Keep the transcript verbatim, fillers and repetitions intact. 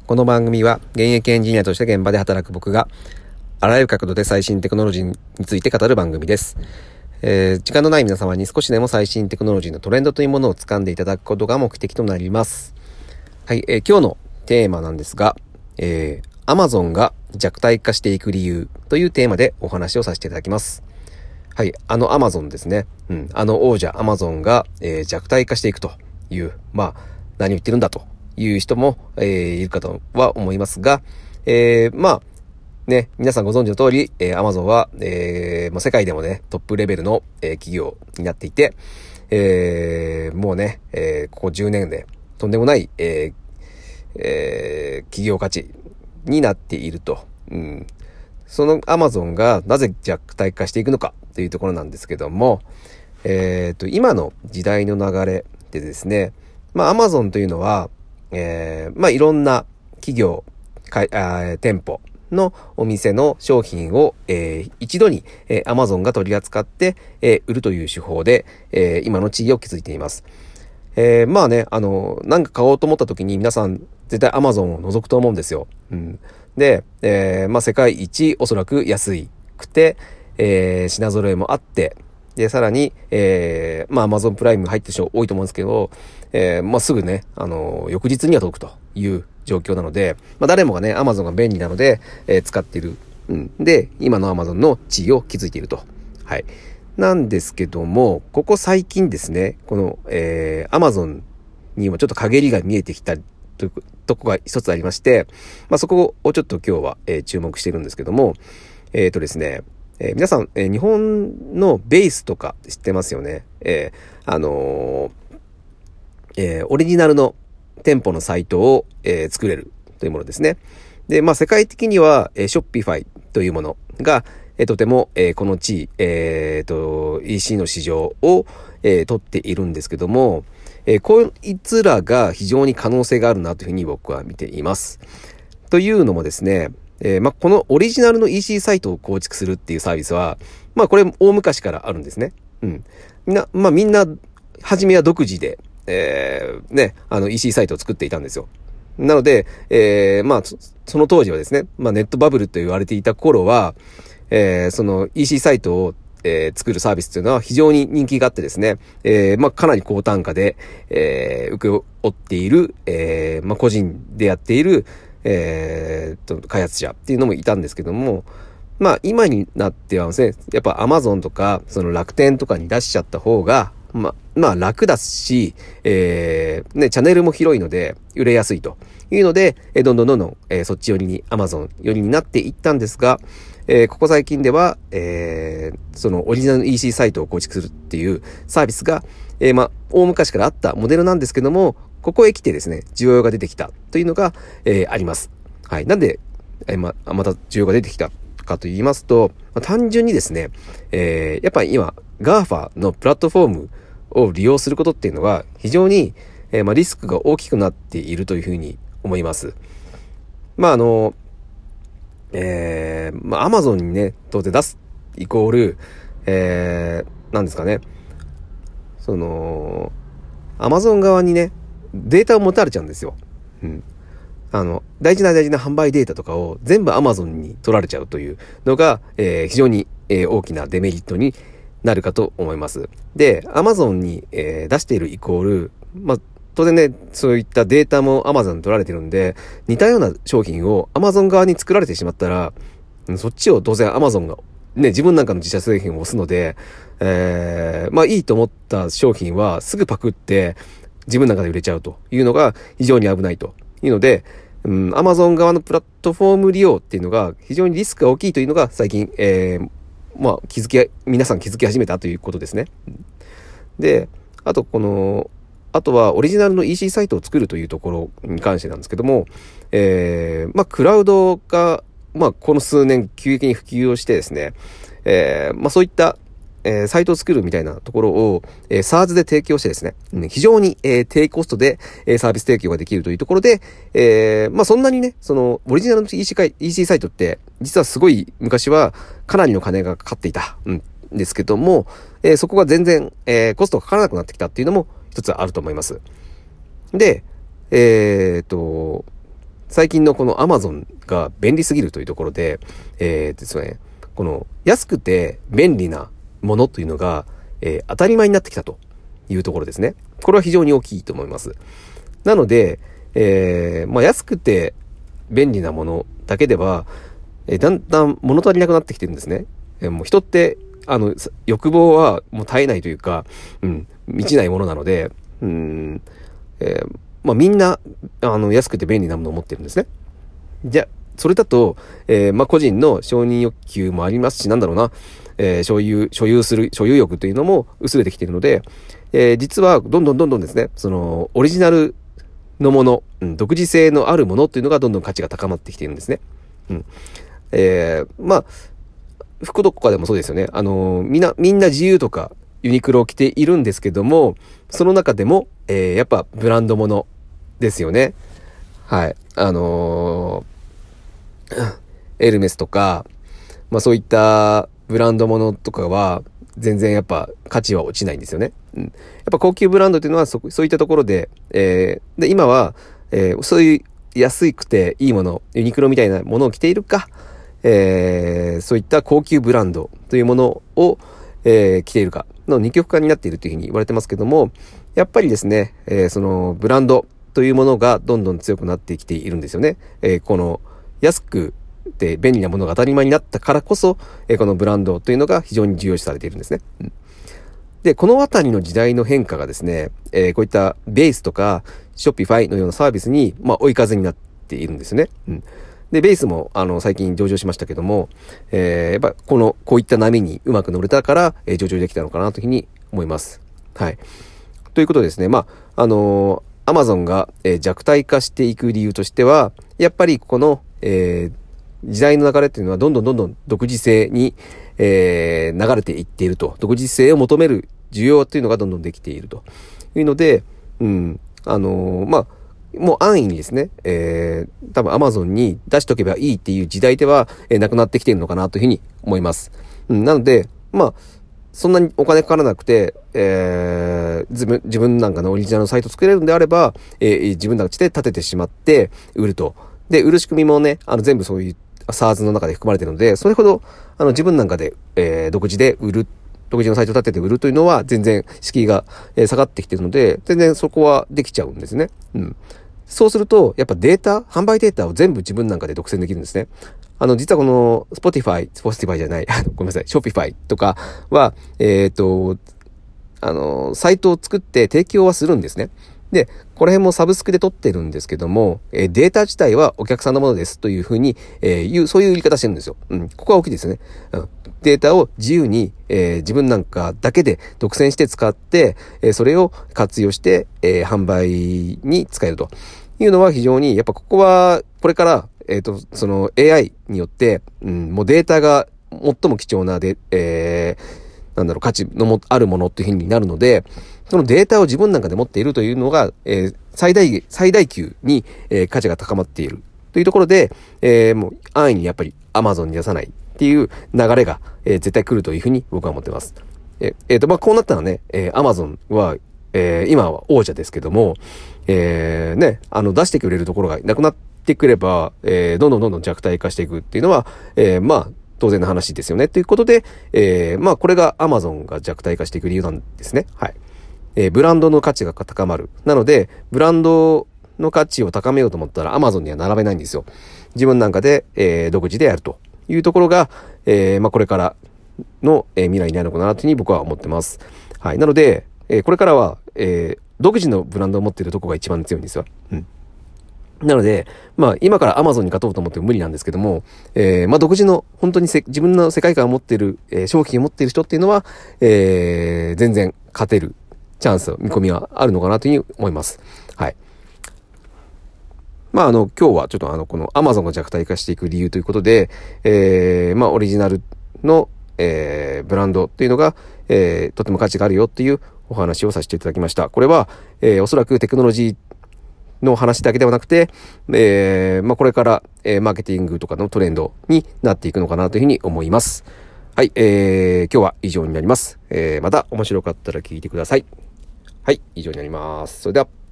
この番組は現役エンジニアとして現場で働く僕があらゆる角度で最新テクノロジーについて語る番組です。えー、時間のない皆様に少しでも最新テクノロジーのトレンドというものを掴んでいただくことが目的となります。はい、えー、今日のテーマなんですが、えー、Amazon が弱体化していく理由というテーマでお話をさせていただきます。はい、あの Amazon ですね。うん、あの王者 Amazon が、えー、弱体化していくという、まあ何を言ってるんだという人も、えー、いるかとは思いますが、えー、まあね、皆さんご存知の通り、えー、Amazon は、えーまあ、世界でもねトップレベルの、えー、企業になっていて、えー、もうね、えー、ここじゅうねんでとんでもない、えーえー、企業価値になっていると、うん、その Amazon がなぜ弱体化していくのかというところなんですけども、えーと、今の時代の流れでですね、まあ Amazon というのは、えー、まあいろんな企業、かあ店舗のお店の商品を、えー、一度に、えー、Amazon が取り扱って、えー、売るという手法で、えー、今の地位を築いています。えー、まあね、あの、なんか買おうと思った時に皆さん絶対 Amazon を覗くと思うんですよ。うん、で、えー、まあ世界一おそらく安いくて、えー、品揃えもあって、で、さらに、えー、まあ Amazon プライム入ってる人多いと思うんですけど、えー、まあすぐね、あの、翌日には届くという状況なので、まあ誰もがね、Amazon が便利なので、えー、使っている。うん。で、今の Amazon の地位を築いていると。はい。なんですけども、ここ最近ですね、この、えー、Amazon にもちょっと陰りが見えてきたというとこが一つありまして、まあそこをちょっと今日は、えー、注目しているんですけども、えっとですね、えー、皆さん、えー、日本のベースとか知ってますよね。えー、あのーえー、オリジナルの店舗のサイトを、えー、作れるというものですね。で、まあ世界的には、えー、Shopify というものが、えー、とても、えー、この地位、えー、と イーシー の市場を、えー、取っているんですけども、えー、こいつらが非常に可能性があるなというふうに僕は見ています。というのもですね、えー、まあ、このオリジナルの イーシー サイトを構築するっていうサービスは、まあ、これ大昔からあるんですね。うん。みんな、まあ、みんな、初めは独自で、えー、ね、あの イーシー サイトを作っていたんですよ。なので、えー、まあ、その当時はですね、まあ、ネットバブルと言われていた頃は、えー、その イーシー サイトをえー、作るサービスというのは非常に人気があってですね、えー、まあ、かなり高単価で、えー、請け負っている、えー、まあ、個人でやっている、えー、と、開発者っていうのもいたんですけども、まあ、今になってはですね、やっぱ Amazon とか、その楽天とかに出しちゃった方が、まあ、まあ、楽だし、えー、ね、チャンネルも広いので、売れやすいというので、えー、どんどんどんどん、えー、そっち寄りに Amazon 寄りになっていったんですが、えー、ここ最近では、えー、そのオリジナルの イーシー サイトを構築するっていうサービスが、えー、まあ、大昔からあったモデルなんですけども、ここへ来てですね、需要が出てきたというのが、えー、あります。はい。なんで、えー、ま、また需要が出てきたかと言いますと、まあ、単純にですね、えー、やっぱり今、ガーファ のプラットフォームを利用することっていうのが非常に、えー、まあ、リスクが大きくなっているというふうに思います。まあ、あの、えー、まあ、Amazon にね、当然出すイコール、えー、なんですかね。その、Amazon 側にね、データを持たれちゃうんですよ。うん。あの、大事な大事な販売データとかを全部 Amazon に取られちゃうというのが、えー、非常に、えー、大きなデメリットになるかと思います。で、Amazon に、えー、出しているイコール、まあ、当然ね、そういったデータも Amazon に取られてるんで、似たような商品を Amazon 側に作られてしまったら、そっちを当然 Amazon が、ね、自分なんかの自社製品を押すので、えー、まあいいと思った商品はすぐパクって自分なんかで売れちゃうというのが非常に危ないというので、うん、Amazon 側のプラットフォーム利用っていうのが非常にリスクが大きいというのが最近、えー、まあ気づき、皆さん気づき始めたということですね。で、あとこの、あとはオリジナルの イーシー サイトを作るというところに関してなんですけども、えー、まあクラウドが、まあこの数年急激に普及をしてですね、えー、まあそういった、えー、サイトを作るみたいなところを、えー、SaaS で提供してですね、うん、非常に、えー、低コストで、えー、サービス提供ができるというところで、えー、まあそんなにね、そのオリジナルの イーシー, イーシー サイトって実はすごい昔はかなりの金がかかっていた、うん、ですけども、えー、そこが全然、えー、コストがかからなくなってきたっていうのも一つあると思います。で、えー、っと、 最近のこの Amazon が便利すぎるというところで、えー、ですね、この安くて便利なものというのが、えー、当たり前になってきたというところですね。これは非常に大きいと思います。なので、えー、まあ安くて便利なものだけでは、えー、だんだん物足りなくなってきてるんですね。えー、もう人って、あの、欲望はもう絶えないというか、うん、満ちないものなので、うん、えー、まあみんな、あの、安くて便利なものを持ってるんですね。じゃ、それだと、えー、まあ個人の承認欲求もありますし、なんだろうな、えー、所有、所有する、所有欲というのも薄れてきているので、えー、実はどんどんどんどんですね、その、オリジナルのもの、うん、独自性のあるものというのがどんどん価値が高まってきているんですね。うん。えー、まあ、服とかでもそうですよね。あのー、みんな、みんな自由とかユニクロを着ているんですけども、その中でも、えー、やっぱブランドものですよね。はい。あのー、エルメスとか、まあそういったブランドものとかは、全然やっぱ価値は落ちないんですよね。うん。やっぱ高級ブランドっていうのはそ、そういったところで、えー、で、今は、えー、そういう安くていいもの、ユニクロみたいなものを着ているか、えー、そういった高級ブランドというものを、えー、着ているかの二極化になっているというふうに言われてますけども、やっぱりですね、えー、そのブランドというものがどんどん強くなってきているんですよね。えー、この安くで便利なものが当たり前になったからこそ、えー、このブランドというのが非常に重要視されているんですね。うん、で、このあたりの時代の変化がですね、えー、こういったベースとかショッピファイのようなサービスに、まあ、追い風になっているんですね。うん、で、ベースも、あの、最近上場しましたけども、えー、やっぱこの、こういった波にうまく乗れたから、えー、上場できたのかなというふうに思います。はい。ということでですね、まあ、あのー、Amazon が、えー、弱体化していく理由としては、やっぱりこの、えー、時代の流れっていうのはどんどんどんどん独自性に、えー、流れていっていると。独自性を求める需要っていうのがどんどんできているというので、うん、あのー、まあ、もう安易にですね、えー、多分 Amazon に出しとけばいいっていう時代では、えー、なくなってきているのかなというふうに思います。うん、なので、まあ、そんなにお金かからなくて、えー、自分、自分なんかのオリジナルのサイト作れるんであれば、えー、自分たちで立ててしまって売ると。で、売る仕組みもね、あの全部そういう SaaS の中で含まれているので、それほど、あの自分なんかで、えー、独自で売る、独自のサイトを立てて売るというのは全然敷居が、えー、下がってきているので、全然そこはできちゃうんですね。うん。そうすると、やっぱデータ、販売データを全部自分なんかで独占できるんですね。あの、実はこの、Spotify、Spotify じゃない、ごめんなさい、Shopify とかは、えっと、あの、サイトを作って提供はするんですね。で、この辺もサブスクで取ってるんですけども、えー、データ自体はお客さんのものですというふうに、えー、いう、そういう言い方してるんですよ。うん。ここは大きいですよね。うん。データを自由に、えー、自分なんかだけで独占して使って、えー、それを活用して、えー、販売に使えるというのは非常に、やっぱここは、これから、えっと、その エーアイ によって、うん、もうデータが最も貴重なで、えー、なんだろう、価値のもあるものっていうふうになるので、そのデータを自分なんかで持っているというのが、えー、最大、最大級に、えー、価値が高まっているというところで、えー、もう安易にやっぱり Amazon に出さないっていう流れが、えー、絶対来るというふうに僕は思ってます。えー、えー、と、まあ、こうなったらね、えー、Amazon は、えー、今は王者ですけども、えー、ね、あの、出してくれるところがなくなってくれば、えー、どんどんどんどん弱体化していくっていうのは、えー、まあ、当然の話ですよね。ということで、えー、まあ、これが Amazon が弱体化していく理由なんですね。はい。えー、ブランドの価値が高まる。なので、ブランドの価値を高めようと思ったら Amazon には並べないんですよ。自分なんかで、えー、独自でやるというところが、えー、まあ、これからの、えー、未来になるのかなというふうに僕は思ってます。はい。なので、えー、これからは、えー、独自のブランドを持っているところが一番強いんですよ。うん。なので、まあ、今から Amazon に勝とうと思っても無理なんですけども、えー、まあ、独自の、本当にせ自分の世界観を持っている、えー、商品を持っている人っていうのは、えー、全然勝てるチャンス、見込みはあるのかなというふうに思います。はい。まあ、あの、今日はちょっとあの、この Amazon が弱体化していく理由ということで、えー、まあ、オリジナルの、えー、ブランドっていうのが、えー、とても価値があるよっていうお話をさせていただきました。これは、えー、おそらくテクノロジーの話だけではなくて、えー、まあ、これから、えー、マーケティングとかのトレンドになっていくのかなというふうに思います。はい、えー、今日は以上になります。えー、また面白かったら聞いてください。はい、以上になります。それでは。